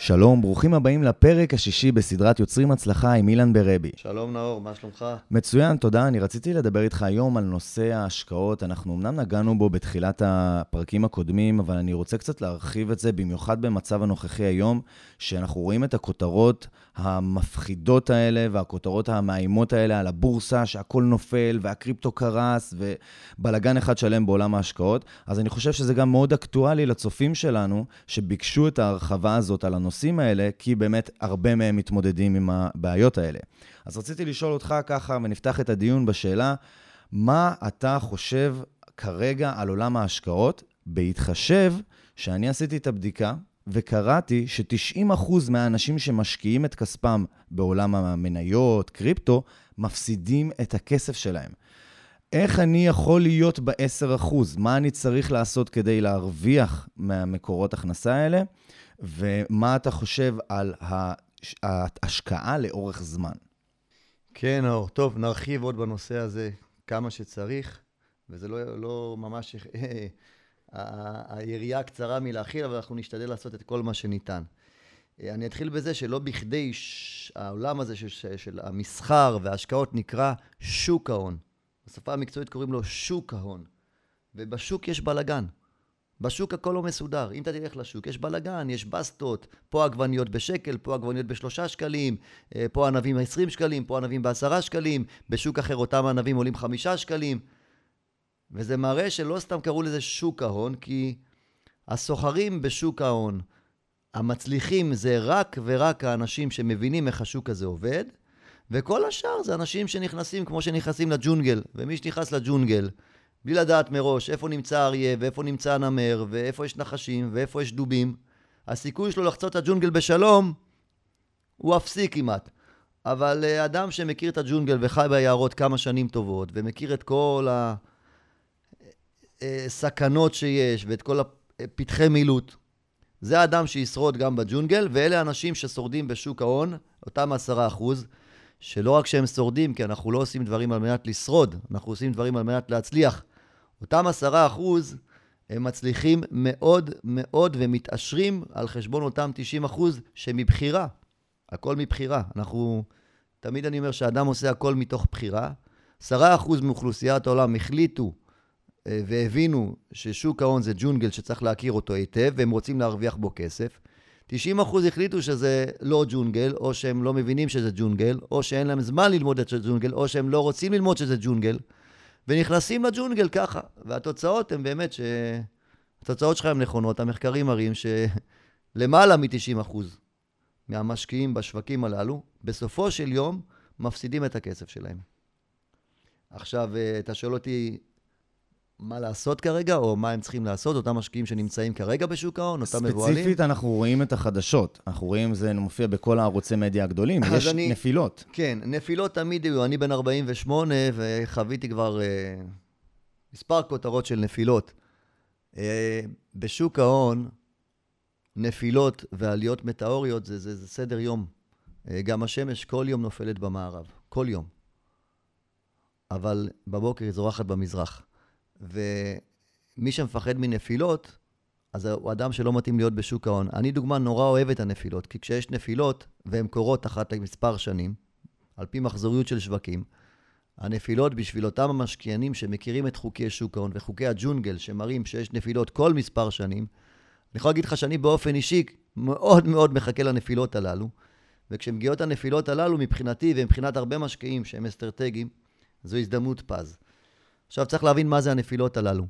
שלום, ברוכים הבאים לפרק השישי בסדרת יוצרים הצלחה עם אילן ברבי. שלום נאור, מה שלומך? מצוין, תודה. אני רציתי לדבר איתך היום על נושא ההשקעות. אנחנו אמנם נגענו בו בתחילת הפרקים הקודמים, אבל אני רוצה קצת להרחיב את זה, במיוחד במצב הנוכחי היום, שאנחנו רואים את הכותרות המפחידות האלה, והכותרות המאיימות האלה על הבורסה, שהכל נופל, והקריפטו קרס, ובלגן אחד שלם בעולם ההשקעות. אז אני חושב שזה גם מאוד אקטואלי לצופים שלנו, שביקשו את ההרחבה הזאת על הנושאים האלה, כי באמת הרבה מהם מתמודדים עם הבעיות האלה. אז רציתי לשאול אותך ככה, ונפתח את הדיון בשאלה, מה אתה חושב כרגע על עולם ההשקעות, בהתחשב שאני עשיתי את הבדיקה, וקראתי ש90% מהאנשים שמשקיעים את כספם בעולם המניות, קריפטו, מפסידים את הכסף שלהם. איך אני יכול להיות ב10%? מה אני צריך לעשות כדי להרוויח מהמקורות הכנסה האלה? ומה אתה חושב על ההשקעה לאורך זמן? כן, נאור, טוב, נרחיב עוד בנושא הזה כמה שצריך, וזה לא ממש היריעה קצרה מלהכיל, אבל אנחנו נשתדל לעשות את כל מה שניתן. אני אתחיל בזה שלא בכדי העולם הזה של המסחר וההשקעות נקרא שוק ההון. בשפה המקצועית קוראים לו שוק ההון, ובשוק יש בלגן. בשוק הכל לא מסודר. אם אתה תלך לשוק, יש בלגן, יש בסטות, פה עגבניות בשקל, פה עגבניות ב3 שקלים, פה ענבים 20 שקלים, פה ענבים ב10 שקלים, בשוק אחר אותם ענבים עולים 5 שקלים. וזה מראה שלא סתם קראו לזה שוק ההון, כי הסוחרים בשוק ההון, המצליחים זה רק ורק האנשים שמבינים איך השוק הזה עובד, וכל השאר זה אנשים שנכנסים כמו שנכנסים לג'ונגל, ומי שנכנס לג'ונגל, בלי לדעת מראש איפה נמצא אריה, ואיפה נמצא הנמר, ואיפה יש נחשים, ואיפה יש דובים, הסיכוי שלו לחצות את הג'ונגל בשלום הוא אפסי כמעט. אבל אדם שמכיר את הג'ונגל וחי ביערות כמה שנים טובות, ומכיר את כל הסכנות שיש, ואת כל הפתחי מילוט, זה האדם שישרוד גם בג'ונגל, ואלה האנשים ששורדים בשוק ההון, אותם 10%, שלא רק שהם שורדים, כי אנחנו לא עושים דברים על מנת לשרוד, אנחנו עושים דברים על מנת להצליח. אותם 10% הם מצליחים מאוד מאוד ומתעשרים על חשבון אותם 90% שמבחירה. הכל מבחירה. תמיד אני אומר שהאדם עושה הכל מתוך בחירה. 10% מאוכלוסיית העולם החליטו והבינו ששוק ההון זה ג'ונגל שצריך להכיר אותו היטב, והם רוצים להרוויח בו כסף. 90% החליטו שזה לא ג'ונגל, או שהם לא מבינים שזה ג'ונגל, או שאין להם זמן ללמוד את ג'ונגל, או שהם לא רוצים ללמוד שזה ג'ונגל, ונכנסים לג'ונגל ככה. והתוצאות הן באמת התוצאות שלך הן נכונות. המחקרים מראים שלמעלה מ-90% מהמשקיעים בשווקים הללו, בסופו של יום מפסידים את הכסף שלהם. עכשיו, אתה שואל אותי מה לעשות כרגע, או מה הם צריכים לעשות, אותם משקיעים שנמצאים כרגע בשוק ההון, אותם מבועלים. ספציפית אנחנו רואים את החדשות. אנחנו רואים, זה מופיע בכל הערוצי מדיה הגדולים. יש נפילות. כן, נפילות תמיד היו. אני בן 48 וחוויתי כבר מספר כותרות של נפילות. בשוק ההון, נפילות ועליות מטאוריות זה סדר יום. גם השמש כל יום נופלת במערב. כל יום. אבל בבוקר היא זורחת במזרח. ומי שמפחד מנפילות, אז הוא אדם שלא מתאים להיות בשוק ההון. אני דוגמה נורא אוהב את הנפילות, כי כשיש נפילות, והן קורות אחת למספר שנים, על פי מחזוריות של שווקים, הנפילות בשביל אותם המשקיענים שמכירים את חוקי שוק ההון וחוקי הג'ונגל, שמראים שיש נפילות כל מספר שנים, אני יכול להגיד לך שאני באופן אישי מאוד מאוד מחכה לנפילות הללו, וכשמגיעות הנפילות הללו מבחינתי ומבחינת הרבה משקיעים שהם אסטרטגיים, זו הזדמנות פז. עכשיו צריך להבין מה זה הנפילות הללו.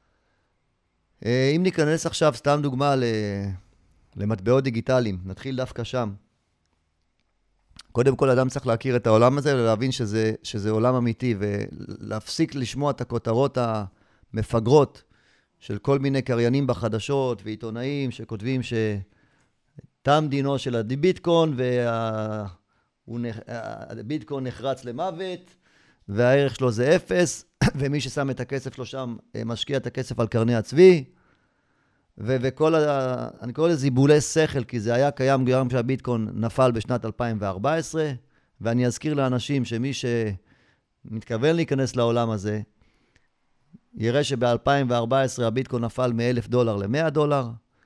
אם ניכנס עכשיו, סתם דוגמה למטבעות דיגיטליים, נתחיל דווקא שם. קודם כל אדם צריך להכיר את העולם הזה, ולהבין שזה עולם אמיתי, ולהפסיק לשמוע את הכותרות המפגרות של כל מיני קריינים בחדשות ועיתונאים שכותבים שתם דינו של הביטקוין, והביטקוין נחרץ למוות, והערך שלו זה 0, ומי ששם את הכסף שלו שם משקיע את הכסף על קרני הצבי, אני קורא לזה זיבולי שכל, כי זה היה קיים גם שהביטקוין נפל בשנת 2014, ואני אזכיר לאנשים שמי שמתכוון להיכנס לעולם הזה, יראה שב-2014 הביטקוין נפל $1,000 ל$100,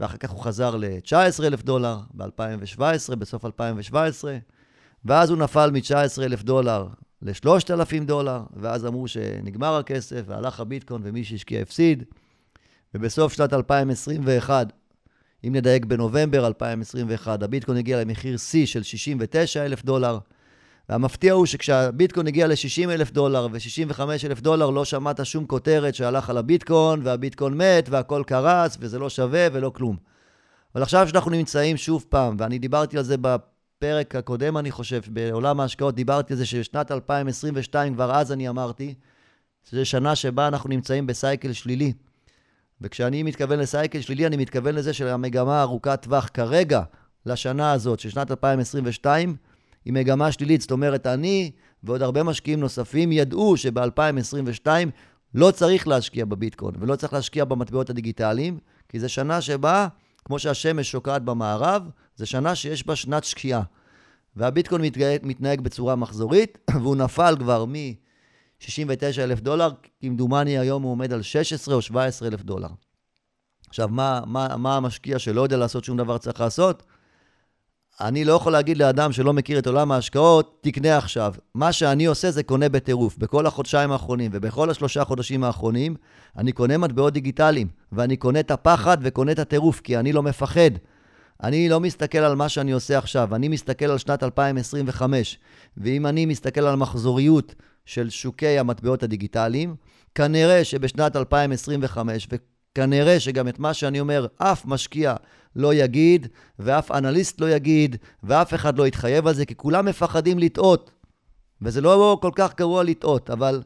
ואחר כך הוא חזר ל-19,000 דולר ב-2017, בסוף 2017, ואז הוא נפל מ-19,000 דולר ל-3,000 דולר, ואז אמרו שנגמר הכסף, והלך הביטקוין ומי שהשקיע הפסיד, ובסוף שנת 2021, אם נדייק בנובמבר 2021, הביטקוין הגיע למחיר C של 69,000 דולר, והמפתיע הוא שכשהביטקוין הגיע ל-60,000 דולר ו-65,000 דולר, לא שמעת שום כותרת שהלך על הביטקוין, והביטקוין מת, והכל קרס, וזה לא שווה ולא כלום. אבל עכשיו שאנחנו נמצאים שוב פעם, ואני דיברתי על זה בפרק הקודם, אני חושב, בעולם ההשקעות, דיברתי על זה שבשנת 2022, כבר אז אני אמרתי, שזו שנה שבה אנחנו נמצאים בסייקל שלילי. וכשאני מתכוון לסייקל שלילי, אני מתכוון לזה שהמגמה ארוכת טווח כרגע, לשנה הזאת, של שנת 2022, היא מגמה שלילית. זאת אומרת, אני ועוד הרבה משקיעים נוספים ידעו שב-2022 לא צריך להשקיע בביטקוין, ולא צריך להשקיע במטבעות הדיגיטליים, כי זו שנה שבה, כמו שהשמש שוקעת במערב, זו שנה שיש בה שנת שקיעה. והביטקוין מתנהג בצורה מחזורית, והוא נפל כבר מ-69,000 דולר, כמדומני היום הוא עומד על 16 או 17,000 דולר. עכשיו, מה המשקיע שלא יודע לעשות שום דבר צריך לעשות? אני לא יכול להגיד לאדם שלא מכיר את עולם ההשקעות, תקנה עכשיו. מה שאני עושה זה קונה בטירוף. בכל החודשיים האחרונים ובכל ה3 חודשים האחרונים, אני קונה מטבעות דיגיטליים, ואני קונה את הפחד וקונה את הטירוף, כי אני לא מפחד. אני לא מסתכל על מה שאני עושה עכשיו, אני מסתכל על שנת 2025, ואם אני מסתכל על מחזוריות של שוקי המטבעות הדיגיטליים, כנראה שבשנת 2025, וכנראה שגם את מה שאני אומר, אף משקיע לא יגיד, ואף אנליסט לא יגיד, ואף אחד לא יתחייב על זה, כי כולם מפחדים לטעות. וזה לא כל כך גרוע לטעות, אבל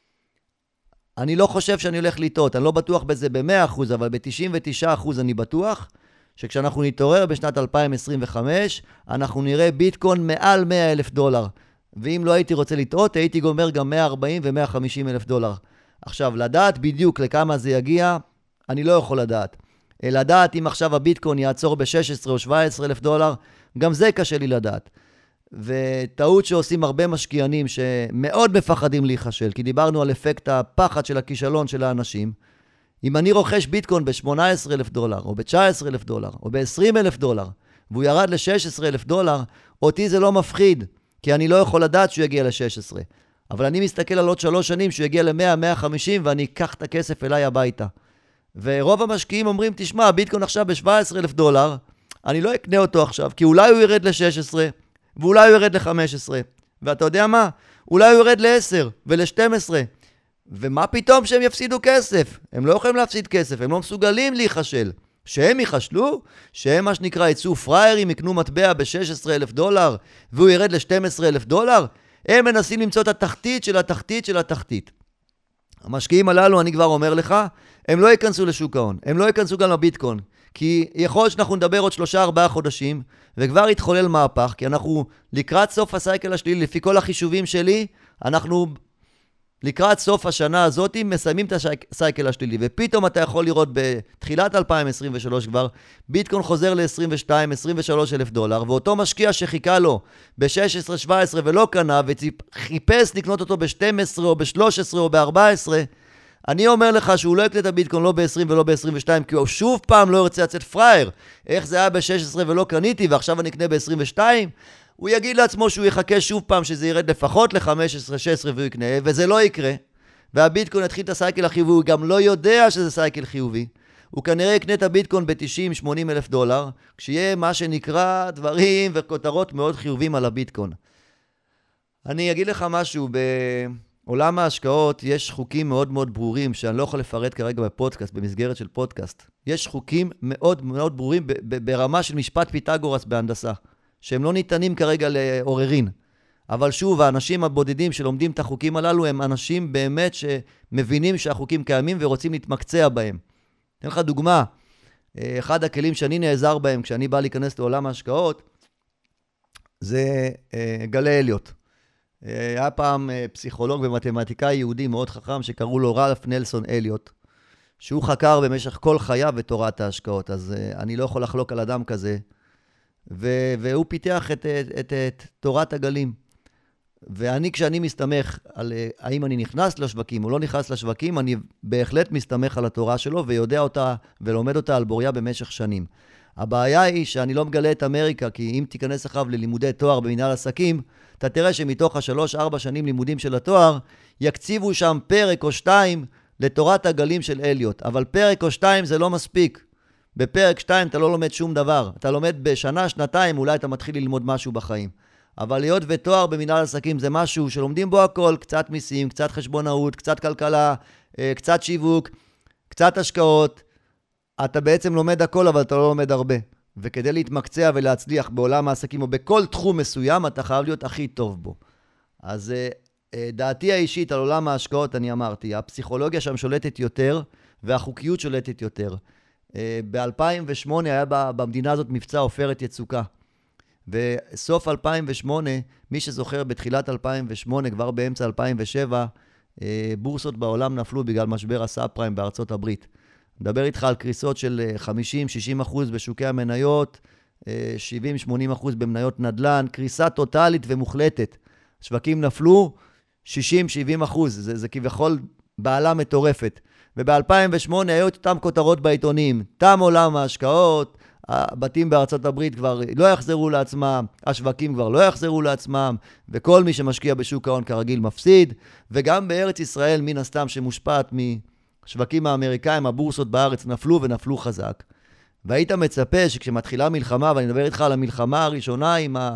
אני לא חושב שאני הולך לטעות. אני לא בטוח בזה ב100%, אבל ב99% אני בטוח שכשאנחנו נתעורר בשנת 2025, אנחנו נראה ביטקוין מעל 100,000 דולר. ואם לא הייתי רוצה לטעות, הייתי גומר גם 140 ו-150 אלף דולר. עכשיו, לדעת בדיוק לכמה זה יגיע, אני לא יכול לדעת. לדעת אם עכשיו הביטקוין יעצור ב-16 או 17 אלף דולר, גם זה קשה לי לדעת. וטעות שעושים הרבה משקיענים שמאוד מפחדים להיחשל, כי דיברנו על אפקט הפחד של הכישלון של האנשים. אם אני רוכש ביטקוין ב-18 אלף דולר, או ב-19 אלף דולר, או ב-20 אלף דולר, והוא ירד ל-16 אלף דולר, אותי זה לא מפחיד, כי אני לא יכול לדעת שהוא יגיע ל-16. אבל אני מסתכל על עוד 3 שנים שהוא יגיע ל-100, 150, ואני אקח את הכסף אליי הביתה. ורוב המשקיעים אומרים, תשמע, הביטקוין עכשיו ב-17 אלף דולר, אני לא אקנה אותו עכשיו, כי אולי הוא ירד ל-16, ואולי הוא ירד ל-15. ואתה יודע מה? אולי הוא ירד ל-10 ול-12. ומה פתאום שהם יפסידו כסף? הם לא יכולים להפסיד כסף, הם לא מסוגלים להיחשל. שהם ייחשלו, שהם מה שנקרא יצאו פריירים, יקנו מטבע ב-16 אלף דולר, והוא ירד ל-12 אלף דולר, הם מנסים למצוא את התחתית של התחתית של התחתית. המשקיעים הללו, אני כבר אומר לך, הם לא ייכנסו לשוק ההון, הם לא ייכנסו גם לביטקוין, כי יכול שאנחנו נדבר עוד 3-4 חודשים, וכבר יתחולל מהפך, כי אנחנו לקראת סוף הסייקל השלילי, לפי כל החישובים שלי, אנחנו לקראת סוף השנה הזאת מסיימים את הסייקל השלילי, ופתאום אתה יכול לראות בתחילת 2023 כבר, ביטקוין חוזר ל-22-23 אלף דולר, ואותו משקיע שחיכה לו ב-16-17 ולא קנה, וחיפש לקנות אותו ב-12 או ב-13 או ב-14, אני אומר לך שהוא לא יקנה את הביטקוין לא ב-20 ולא ב-22, כי הוא שוב פעם לא ירצה לצאת פרייר. איך זה היה ב-16 ולא קניתי, ועכשיו אני אקנה ב-22? הוא יגיד לעצמו שהוא יחכה שוב פעם שזה ירד לפחות ל-15-16 והוא יקנה, וזה לא יקרה. והביטקוין יתחיל את הסייקל החיובי, הוא גם לא יודע שזה סייקל חיובי. הוא כנראה יקנה את הביטקוין ב-90-80 אלף דולר, כשיהיה מה שנקרא דברים וכותרות מאוד חיובים על הביטקוין. אני אגיד לך משהו, בעולם ההשקעות יש חוקים מאוד מאוד ברורים, שאני לא יכול לפרט כרגע בפודקאסט, במסגרת של פודקאסט. יש חוקים מאוד מאוד ברורים ברמה של משפט פיתגורס בהנדסה. שהם לא ניתנים כרגע לעוררין. אבל שוב, האנשים הבודדים שלומדים את החוקים הללו, הם אנשים באמת שמבינים שהחוקים קיימים ורוצים להתמקצע בהם. אתן לך דוגמה, אחד הכלים שאני נעזר בהם כשאני בא להיכנס לעולם ההשקעות, זה גלי אליוט. היה פעם פסיכולוג ומתמטיקאי יהודי מאוד חכם שקראו לו רלף נלסון אליוט, שהוא חקר במשך כל חייו את תורת ההשקעות, אז אני לא יכול לחלוק על אדם כזה, והוא פיתח את תורת הגלים. ואני, כשאני מסתמך על האם אני נכנס לשווקים או לא נכנס לשווקים, אני בהחלט מסתמך על התורה שלו ויודע אותה ולומד אותה על בוריה במשך שנים. הבעיה היא שאני לא מגלה את אמריקה, כי אם תיכנס אחריו ללימודי תואר במנהל עסקים, אתה תראה שמתוך 3-4 שנים לימודים של התואר, יקציבו שם פרק או 2 לתורת הגלים של אליוט. אבל פרק או 2 זה לא מספיק. בפרק 2 אתה לא לומד שום דבר. אתה לומד בשנה, שנתיים, אולי אתה מתחיל ללמוד משהו בחיים. אבל להיות ותואר במנהל עסקים זה משהו שלומדים בו הכל, קצת מיסים, קצת חשבונאות, קצת כלכלה, קצת שיווק, קצת השקעות. אתה בעצם לומד הכל, אבל אתה לא לומד הרבה. וכדי להתמקצע ולהצליח בעולם העסקים או בכל תחום מסוים, אתה חייב להיות הכי טוב בו. אז דעתי האישית על עולם ההשקעות, אני אמרתי, הפסיכולוגיה שם שולטת יותר, והחוקיות שולטת יותר. ב-2008 היה במדינה הזאת מבצע עופרת יצוקה. וסוף 2008, מי שזוכר בתחילת 2008, כבר באמצע 2007, בורסות בעולם נפלו בגלל משבר הסאב פריים בארצות הברית. מדבר איתך על קריסות של 50-60% בשוקי המניות, 70-80% במניות נדל"ן, קריסה טוטלית ומוחלטת. שווקים נפלו 60-70%, זה כביכול בעלה מטורפת. וב-2008 היו אותם כותרות בעיתונים, תם עולם ההשקעות, הבתים בארצות הברית כבר לא יחזרו לעצמם, השווקים כבר לא יחזרו לעצמם, וכל מי שמשקיע בשוק ההון כרגיל מפסיד, וגם בארץ ישראל מן הסתם שמושפעת משווקים האמריקאים, הבורסות בארץ נפלו ונפלו חזק. והיית מצפה שכשמתחילה מלחמה, ואני מדבר איתך על המלחמה הראשונה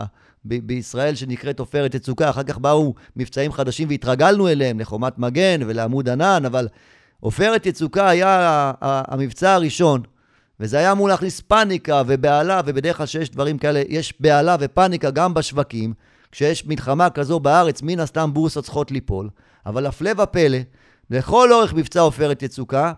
בישראל שנקראת עופרת יצוקה, אחר כך באו מבצעים חדשים והתרגלנו אליהם, לחומת מגן ולעמוד ענן, אבל עופרת יצוקה היה המבצע הראשון, וזה היה אמור להכניס פאניקה ובעלה, ובדרך כלל שיש דברים כאלה, יש בעלה ופאניקה גם בשווקים, כשיש מלחמה כזו בארץ, מן הסתם בורסות צריכות ליפול, אבל הפלא ופלא, לכל אורך מבצע עופרת יצוקה,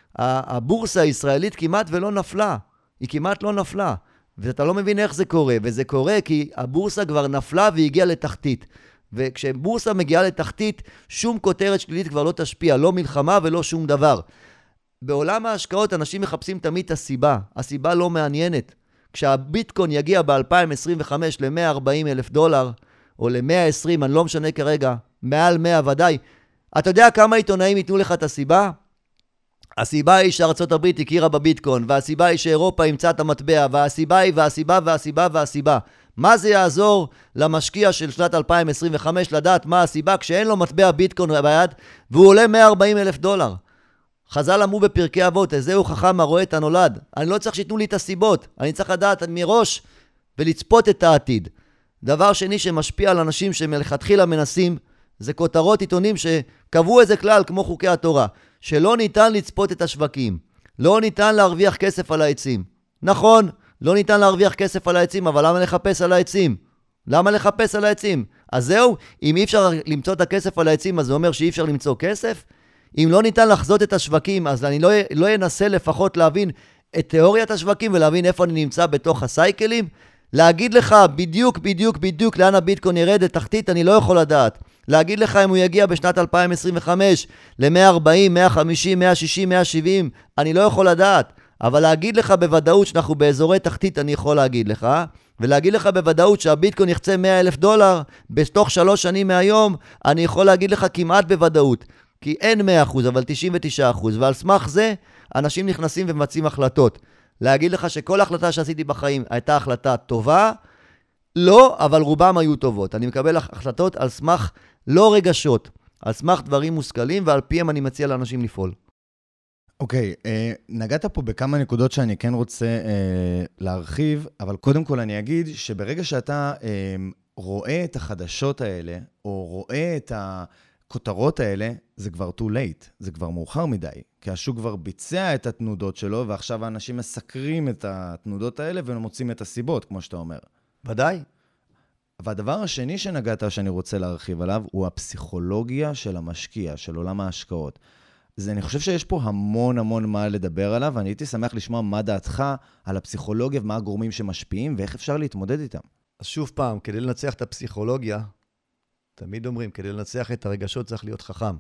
הבורסה הישראלית כמעט ולא נפלה, היא כמעט לא נפלה, ואתה לא מבין איך זה קורה, וזה קורה כי הבורסה כבר נפלה והגיעה לתחתית, וכשבורסה מגיעה לתחתית, שום כותרת שלילית כבר לא תשפיע, לא מלחמה ולא שום דבר. בעולם ההשקעות אנשים מחפשים תמיד את הסיבה לא מעניינת. כשהביטקוין יגיע ב-2025 ל-$140,000, או ל-120, אני לא משנה כרגע, מעל 100 ודאי, אתה יודע כמה עיתונאים ייתנו לך את הסיבה? הסיבה היא שארצות הברית הכירה בביטקוין, והסיבה היא שאירופה ימצא את המטבע, והסיבה היא, והסיבה. מה זה יעזור למשקיע של שנת 2025 לדעת מה הסיבה כשאין לו מטבע ביטקוין ביד, והוא עולה $140,000? חז"ל אמרו בפרקי אבות, זהו חכם הרואה את הנולד. אני לא צריך שיתנו לי את הסיבות, אני צריך לדעת מראש ולצפות את העתיד. דבר שני שמשפיע על אנשים שמלכתחילה מנסים, זה כותרות עיתונים שקבעו איזה כלל כמו חוקי התורה, שלא ניתן לצפות את השווקים, לא ניתן להרוויח כסף על העצים. נכון, לא ניתן להרוויח כסף על העצים, אבל למה לחפש על העצים? למה לחפש על העצים? אז זהו, אם אי אפשר למצוא את הכסף על העצים, אז זה אומר שאי אפשר למצוא כסף? אם לא ניתן לחזות את השווקים, אז אני לא אנסה לפחות להבין את תיאוריית השווקים ולהבין איפה אני נמצא בתוך הסייקלים. להגיד לך בדיוק לאן הביטקוין ירד לתחתית, אני לא יכול לדעת. להגיד לך אם הוא יגיע בשנת 2025 ל-140, 150, 160, 170, אני לא יכול לדעת. אבל להגיד לך בוודאות שאנחנו באזורי תחתית, אני יכול להגיד לך. ולהגיד לך בוודאות שהביטקוין יחצה $100,000 בתוך 3 שנים מהיום, אני יכול להגיד לך כמעט בוודאות. כי אין 100%, אבל 99%, ועל סמך זה, אנשים נכנסים ומבצעים החלטות. להגיד לך שכל החלטה שעשיתי בחיים הייתה החלטה טובה, לא, אבל רובם היו טובות. אני מקבל החלטות על סמך לא רגשות, על סמך דברים מושכלים, ועל פיהם אני מציע לאנשים לפעול. אוקיי, נגעת פה בכמה נקודות שאני כן רוצה להרחיב, אבל קודם כל אני אגיד שברגע שאתה רואה את החדשות האלה, או רואה את הכותרות האלה, זה כבר too late, זה כבר מאוחר מדי, כי השוק כבר ביצע את התנודות שלו, ועכשיו האנשים מסקרים את התנודות האלה, ומוצאים את הסיבות, כמו שאתה אומר. ודאי. והדבר השני שנגעת שאני רוצה להרחיב עליו, הוא הפסיכולוגיה של המשקיע, של עולם ההשקעות. אני חושב שיש פה המון מה לדבר עליו, ואני הייתי שמח לשמוע מה דעתך על הפסיכולוגיה, ומה הגורמים שמשפיעים, ואיך אפשר להתמודד איתם. אז שוב פעם, כדי לנצח את הפסיכולוגיה, תמיד אומרים, כדי לנצח את הרגשות צריך להיות חכם.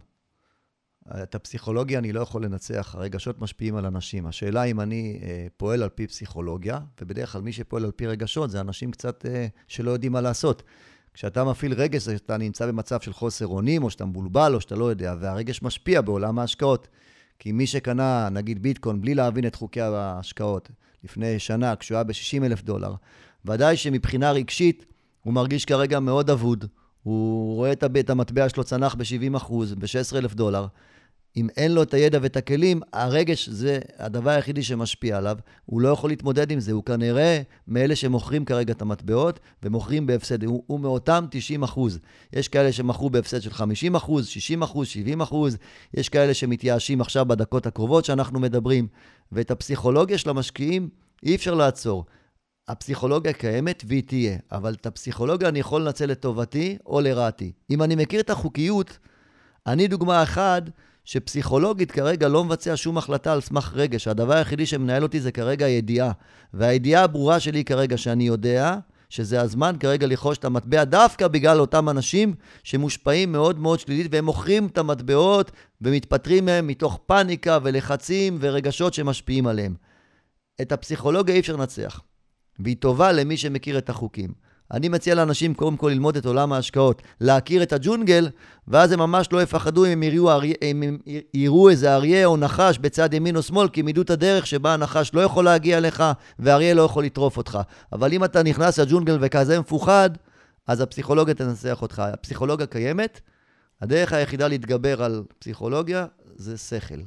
את הפסיכולוגיה אני לא יכול לנצח, הרגשות משפיעים על אנשים. השאלה אם אני פועל על פי פסיכולוגיה, ובדרך כלל מי שפועל על פי רגשות, זה אנשים קצת שלא יודעים מה לעשות. כשאתה מפעיל רגש, אתה נמצא במצב של חוסר אונים, או שאתה מבולבל, או שאתה לא יודע, והרגש משפיע בעולם ההשקעות. כי מי שקנה, נגיד ביטקוין, בלי להבין את חוקי ההשקעות, לפני שנה, כשהוא היה ב$60,000, ודאי שמבחינה רגשית, הוא מרגיש כרגע מאוד אבוד. הוא רואה את המטבע שלו צנח ב-70%, ב$16,000. אם אין לו את הידע ואת הכלים, הרגש זה הדבר היחידי שמשפיע עליו. הוא לא יכול להתמודד עם זה. הוא כנראה מאלה שמוכרים כרגע את המטבעות, ומוכרים בהפסד. הוא מאותם 90%. יש כאלה שמכרו בהפסד של 50%, 60%, 70%. יש כאלה שמתייאשים עכשיו בדקות הקרובות שאנחנו מדברים. ואת הפסיכולוגיה של המשקיעים אי אפשר לעצור. הפסיכולוגיה קיימת והיא תהיה, אבל את הפסיכולוגיה אני יכול לנצל לטובתי או לרעתי. אם אני מכיר את החוקיות, אני דוגמה אחד שפסיכולוגית כרגע לא מבצע שום החלטה על סמך רגש. הדבר היחידי שמנהל אותי זה כרגע הידיעה. והידיעה הברורה שלי כרגע שאני יודע שזה הזמן כרגע לחוש את המטבע דווקא בגלל אותם אנשים שמושפעים מאוד מאוד שלילית והם מוכרים את המטבעות ומתפטרים מהם מתוך פאניקה ולחצים ורגשות שמשפיעים עליהם. את הפסיכולוגיה אי אפשר לנצח. והיא טובה למי שמכיר את החוקים. אני מציע לאנשים קודם כל ללמוד את עולם ההשקעות, להכיר את הג'ונגל, ואז הם ממש לא יפחדו אם הם יראו איזה אריה או נחש בצד ימין או שמאל, כי הם ידעו את הדרך שבה הנחש לא יכול להגיע לך, ואריה לא יכול לטרוף אותך. אבל אם אתה נכנס לג'ונגל וכזה מפוחד, אז הפסיכולוגיה תנצח אותך. הפסיכולוגיה קיימת, הדרך היחידה להתגבר על פסיכולוגיה זה שכל.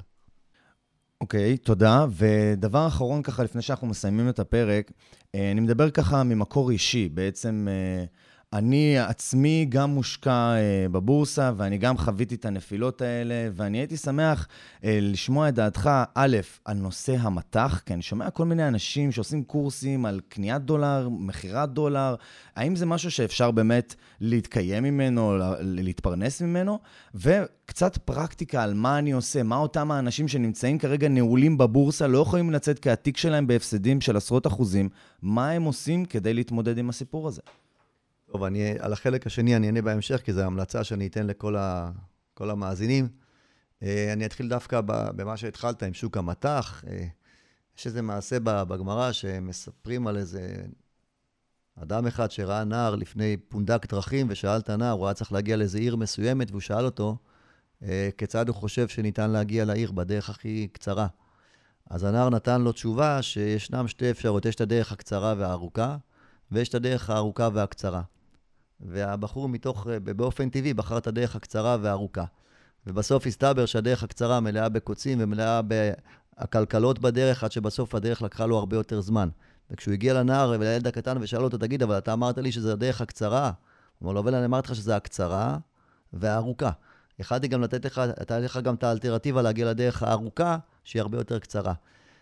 אוקיי, תודה. ודבר אחרון ככה, לפני שאנחנו מסיימים את הפרק, אני מדבר ככה ממקור אישי. בעצם אני עצמי גם מושקע בבורסה, ואני גם חוויתי את הנפילות האלה, ואני הייתי שמח לשמוע את דעתך, א', על נושא המתח, כי אני שומע כל מיני אנשים שעושים קורסים על קניית דולר, מחירת דולר, האם זה משהו שאפשר באמת להתקיים ממנו, להתפרנס ממנו, וקצת פרקטיקה על מה אני עושה, מה אותם האנשים שנמצאים כרגע נעולים בבורסה, לא יכולים לצאת כי התיק שלהם בהפסדים של עשרות אחוזים, מה הם עושים כדי להתמודד עם הסיפור הזה? טוב, על החלק השני אני אענה בהמשך, כי זו המלצה שאני אתן לכל המאזינים. אני אתחיל דווקא במה שהתחלת עם שוק המתח. יש איזה מעשה בגמרא שמספרים על איזה אדם אחד שראה נער לפני פונדק דרכים, ושאל את הנער, הוא היה צריך להגיע לאיזו עיר מסוימת, והוא שאל אותו, כיצד הוא חושב שניתן להגיע לעיר בדרך הכי קצרה. אז הנער נתן לו תשובה שישנם שתי אפשרות, יש את הדרך הקצרה והארוכה, ויש את הדרך הארוכה והקצרה. והבחור באופן טבעי בחר את הדרך הקצרה והארוכה. ובסוף הסתבר שהדרך הקצרה מלאה בקוצים ומלאה בהקלקלות בדרך, עד שבסוף הדרך לקחה לו הרבה יותר זמן. וכשהוא הגיע לנער ולילד הקטן ושאל אותו, תגיד, אבל אתה אמרת לי שזה הדרך הקצרה. הוא אומר לו, אבל אני אמרתי לך שזה הקצרה והארוכה. יכלתי גם לתת לך, אתה לך גם את האלטרנטיבה להגיע לדרך הארוכה, שהיא הרבה יותר קצרה.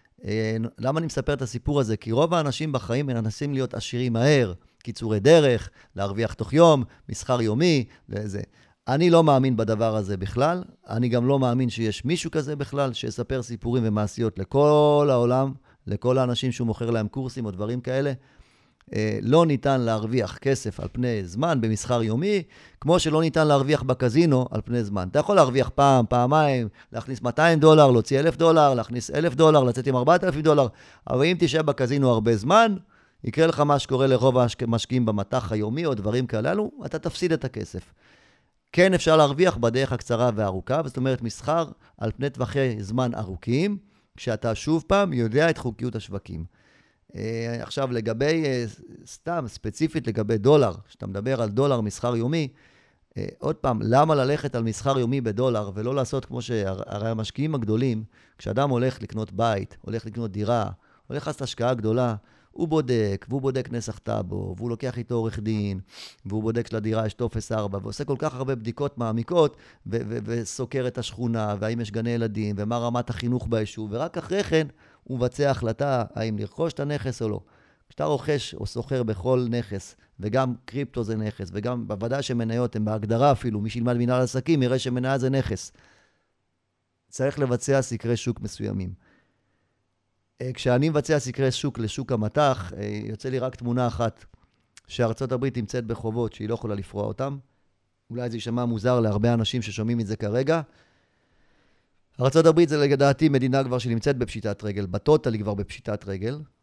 למה אני מספר את הסיפור הזה? כי רוב האנשים בחיים מנסים להיות עשירים מהר, קיצורי דרך, להרוויח תוך יום, מסחר יומי, וזה. אני לא מאמין בדבר הזה בכלל, אני גם לא מאמין שיש מישהו כזה בכלל, שיספר סיפורים ומעשיות לכל העולם, לכל האנשים שהוא מוכר להם קורסים או דברים כאלה. לא ניתן להרוויח כסף על פני זמן במסחר יומי, כמו שלא ניתן להרוויח בקזינו על פני זמן. אתה יכול להרוויח פעם, פעמיים, להכניס $200, להוציא $1,000, להכניס $1,000, לצאת עם $4,000, אבל אם תשאר בקזינו הרבה זמן, יקרה לך מה שקורה לרוב המשקיעים במטח היומי או דברים כאלו, אתה תפסיד את הכסף. כן אפשר להרוויח בדרך הקצרה והארוכה, זאת אומרת מסחר על פני טווחי זמן ארוכים, כשאתה שוב פעם יודע את חוקיות השווקים. עכשיו לגבי, סתם ספציפית לגבי דולר, שאתה מדבר על דולר מסחר יומי, עוד פעם, למה ללכת על מסחר יומי בדולר ולא לעשות כמו שהרי המשקיעים הגדולים, כשאדם הולך לקנות בית, הולך לקנות דירה, הולך לעשות השקעה גדולה, הוא בודק, והוא בודק נסח טאבו, והוא לוקח איתו עורך דין, והוא בודק שלדירה יש טופס 4, ועושה כל כך הרבה בדיקות מעמיקות, וסוקר את השכונה, והאם יש גני ילדים, ומה רמת החינוך ביישוב, ורק אחרי כן הוא מבצע החלטה האם לרכוש את הנכס או לא. כשאתה רוכש או סוחר בכל נכס, וגם קריפטו זה נכס, וגם בוודאי שמניות הם בהגדרה אפילו, מי שילמד מנהל עסקים יראה שמניה זה נכס. צריך לבצע סקרי שוק מסוימים. כשאני מבצע סקרי שוק לשוק המטח, יוצא לי רק תמונה אחת, שארצות הברית נמצאת בחובות שהיא לא יכולה לפרוע אותם. אולי זה יישמע מוזר להרבה אנשים ששומעים את זה כרגע. ארצות הברית זה לדעתי מדינה כבר שנמצאת בפשיטת רגל, בטוטל היא כבר בפשיטת רגל.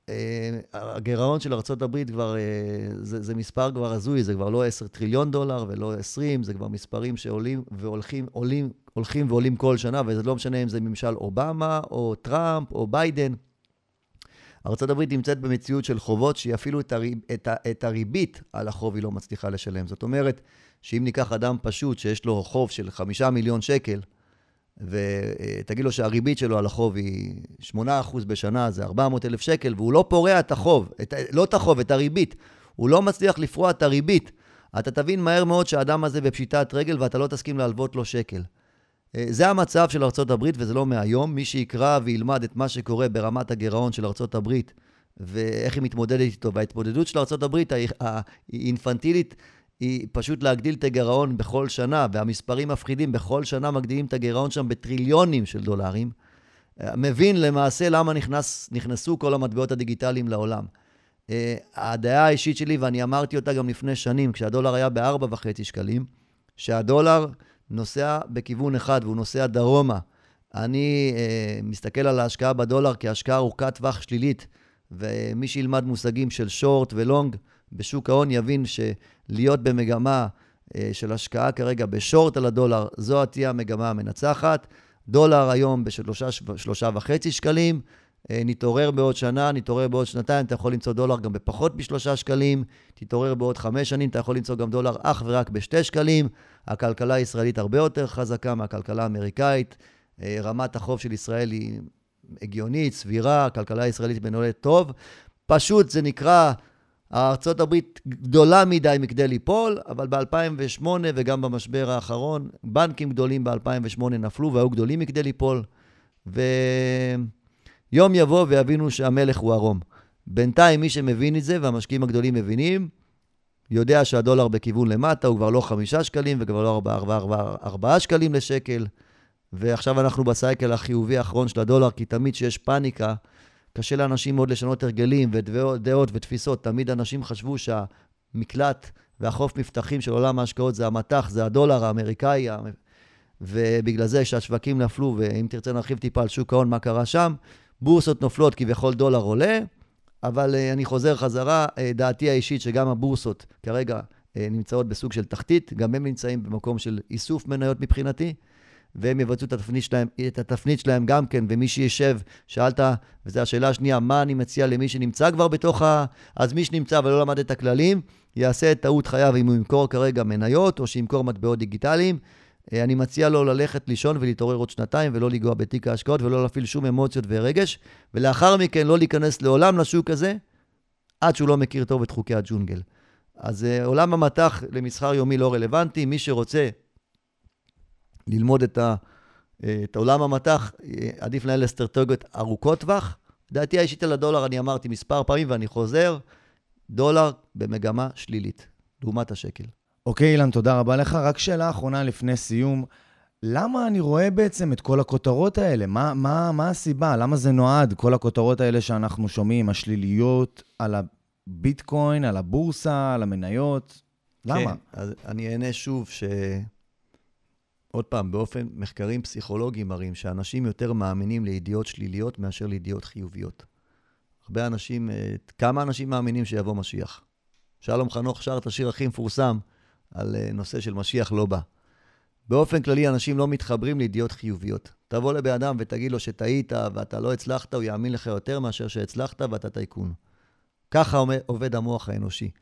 הגירעון של ארצות הברית כבר, זה מספר כבר הזוי, זה כבר לא 10 טריליון דולר ולא 20, זה כבר מספרים שעולים הולכים ועולים כל שנה, וזה לא משנה אם זה ממשל אובמה או טראמפ או ביידן. ארצות הברית נמצאת במציאות של חובות שהיא אפילו את הריבית על החוב היא לא מצליחה לשלם. זאת אומרת, שאם ניקח אדם פשוט שיש לו חוב של 5 מיליון שקל, ותגיד לו שהריבית שלו על החוב היא 8% בשנה, זה 400,000 שקל, והוא לא פורע את החוב, לא את החוב, את הריבית. הוא לא מצליח לפרוע את הריבית. אתה תבין מהר מאוד שהאדם הזה בפשיטת רגל, ואתה לא תסכים להלוות לו שקל. זה המצב של ארצות הברית, וזה לא מהיום. מי שיקרא וילמד את מה שקורה ברמת הגירעון של ארצות הברית, ואיך היא מתמודדת איתו, וההתמודדות של ארצות הברית היא אינפנטילית, היא פשוט להגדיל את הגירעון בכל שנה, והמספרים מפחידים, בכל שנה מגדילים את הגירעון שם בטריליונים של דולרים. מבין למעשה למה נכנסו כל המטבעות הדיגיטליים לעולם. הדעה האישית שלי, ואני אמרתי אותה גם לפני שנים, כשהדולר היה ב4.5 שקלים, שהדולר נוסע בכיוון אחד, והוא נוסע דרומה. אני מסתכל על ההשקעה בדולר כהשקעה ארוכת טווח שלילית, ומי שילמד מושגים של שורט ולונג, בשוק ההון יבין שלהיות במגמה של השקעה כרגע בשורט על הדולר, זו תהיה המגמה המנצחת. דולר היום ב3.5 שקלים, נתעורר בעוד שנה, נתעורר בעוד שנתיים, אתה יכול למצוא דולר גם בפחות ב3 שקלים, תתעורר בעוד 5 שנים, אתה יכול למצוא גם דולר אך ורק ב2 שקלים. הכלכלה הישראלית הרבה יותר חזקה מהכלכלה האמריקאית, רמת החוב של ישראל היא הגיונית, סבירה, הכלכלה הישראלית בנולד טוב, פשוט זה נקרא, ארצות הברית גדולה מדי מכדי ליפול, אבל ב-2008 וגם במשבר האחרון, בנקים גדולים ב-2008 נפלו והיו גדולים מכדי ליפול, ויום יבוא ויבינו שהמלך הוא ערום. בינתיים מי שמבין את זה, והמשקיעים הגדולים מבינים, יודע שהדולר בכיוון למטה, הוא כבר לא 5 שקלים וכבר לא 4 שקלים לשקל, ועכשיו אנחנו בסייקל החיובי האחרון של הדולר, כי תמיד שיש פאניקה, קשה לאנשים מאוד לשנות הרגלים ודעות ותפיסות. תמיד אנשים חשבו שהמקלט והחוף מפתחים של עולם ההשקעות זה המתח, זה הדולר האמריקאי, ובגלל זה שהשווקים נפלו, ואם תרצה נרחיב טיפה על שוק ההון, מה קרה שם, בורסות נופלות כי בכל דולר עולה, אבל אני חוזר חזרה, דעתי האישית שגם הבורסות כרגע נמצאות בסוג של תחתית, גם הם נמצאים במקום של איסוף מניות מבחינתי, והם יבצעו את התפנית שלהם גם כן, ומי שישב, שאלת, וזו השאלה השנייה, מה אני מציע למי שנמצא כבר בתוך אז מי שנמצא ולא למד את הכללים, יעשה את טעות חייו אם הוא ימכור כרגע מניות, או שימכור מטבעות דיגיטליים. אני מציע לו ללכת לישון ולהתעורר עוד 2 ולא לגוע בתיק ההשקעות, ולא להפעיל שום אמוציות ורגש, ולאחר מכן לא להיכנס לעולם לשוק הזה, עד שהוא לא מכיר טוב את חוקי הג'ונגל. אז עולם המתח למסחר יומי לא רלוונטי, מי שרוצה ללמוד את עולם המתח, עדיף לנהל אסטרטגיות ארוכות טווח. דעתי האישית על הדולר, אני אמרתי מספר פעמים ואני חוזר, דולר במגמה שלילית, לעומת השקל. אוקיי, אילן, תודה רבה לך. רק שאלה אחרונה לפני סיום, למה אני רואה בעצם את כל הכותרות האלה? מה הסיבה? למה זה נועד? כל הכותרות האלה שאנחנו שומעים, השליליות על הביטקוין, על הבורסה, על המניות, למה? כן, אז אני אענה שוב עוד פעם, באופן מחקרים פסיכולוגיים מראים שאנשים יותר מאמינים לידיעות שליליות מאשר לידיעות חיוביות. הרבה אנשים, כמה אנשים מאמינים שיבוא משיח? שלום חנוך שר את השיר הכי מפורסם על נושא של משיח לא בא. באופן כללי אנשים לא מתחברים לידיעות חיוביות. תבוא לבן אדם ותגיד לו שטעית ואתה לא הצלחת, הוא יאמין לך יותר מאשר שהצלחת ואתה טייקון. ככה עובד המוח האנושי.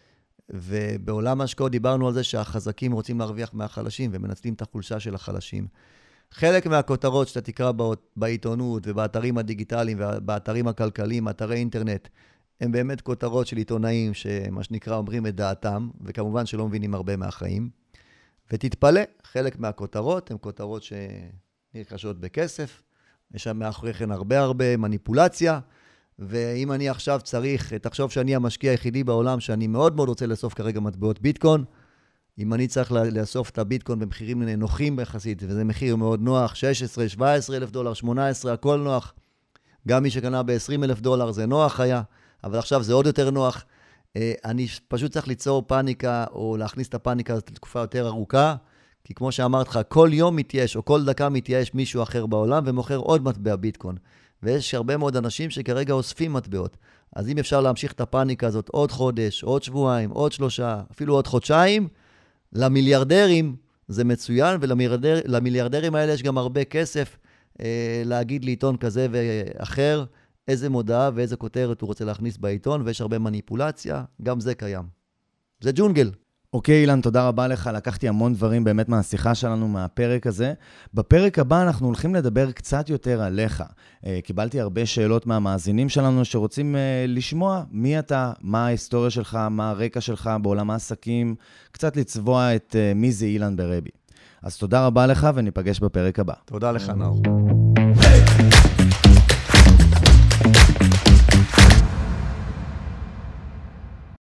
ובעולם ההשקעות דיברנו על זה שהחזקים רוצים להרוויח מהחלשים ומנצלים את החולשה של החלשים. חלק מהכותרות שאתה תקרא בעיתונות ובאתרים הדיגיטליים ובאתרים הכלכליים, אתרי אינטרנט, הם באמת כותרות של עיתונאים שמה שנקרא אומרים את דעתם, וכמובן שלא מבינים הרבה מהחיים. ותתפלא, חלק מהכותרות הן כותרות שנרכשות בכסף, יש שם מאחורי כן הרבה מניפולציה, ואם אני עכשיו תחשוב שאני המשקיע היחידי בעולם, שאני מאוד מאוד רוצה לאסוף כרגע מטבעות ביטקוין, אם אני צריך לאסוף את הביטקוין במחירים נוחים יחסית, וזה מחיר מאוד נוח, 16, 17 אלף דולר, 18, הכל נוח. גם מי שקנה ב$20,000 זה נוח היה, אבל עכשיו זה עוד יותר נוח. אני פשוט צריך ליצור פאניקה, או להכניס את הפאניקה הזאת לתקופה יותר ארוכה, כי כמו שאמרת לך, כל יום מתייש, או כל דקה מתייש מישהו אחר בעולם, ומוכר עוד מטבע ביטקוין. ויש הרבה מאוד אנשים שכרגע אוספים מטבעות. אז אם אפשר להמשיך את הפאניקה הזאת עוד חודש, עוד שבועיים, עוד 3, אפילו עוד חודשיים, למיליארדרים זה מצוין, ולמיליארדרים האלה יש גם הרבה כסף להגיד לעיתון כזה ואחר, איזה מודעה ואיזה כותרת הוא רוצה להכניס בעיתון, ויש הרבה מניפולציה, גם זה קיים. זה ג'ונגל. אוקיי, אילן, תודה רבה לך. לקחתי המון דברים באמת מהשיחה שלנו, מהפרק הזה. בפרק הבא אנחנו הולכים לדבר קצת יותר עליך. קיבלתי הרבה שאלות מהמאזינים שלנו שרוצים לשמוע מי אתה, מה ההיסטוריה שלך, מה הרקע שלך בעולם העסקים, קצת לצבוע את מי זה אילן ברבי. אז תודה רבה לך וניפגש בפרק הבא. תודה לך, נאור.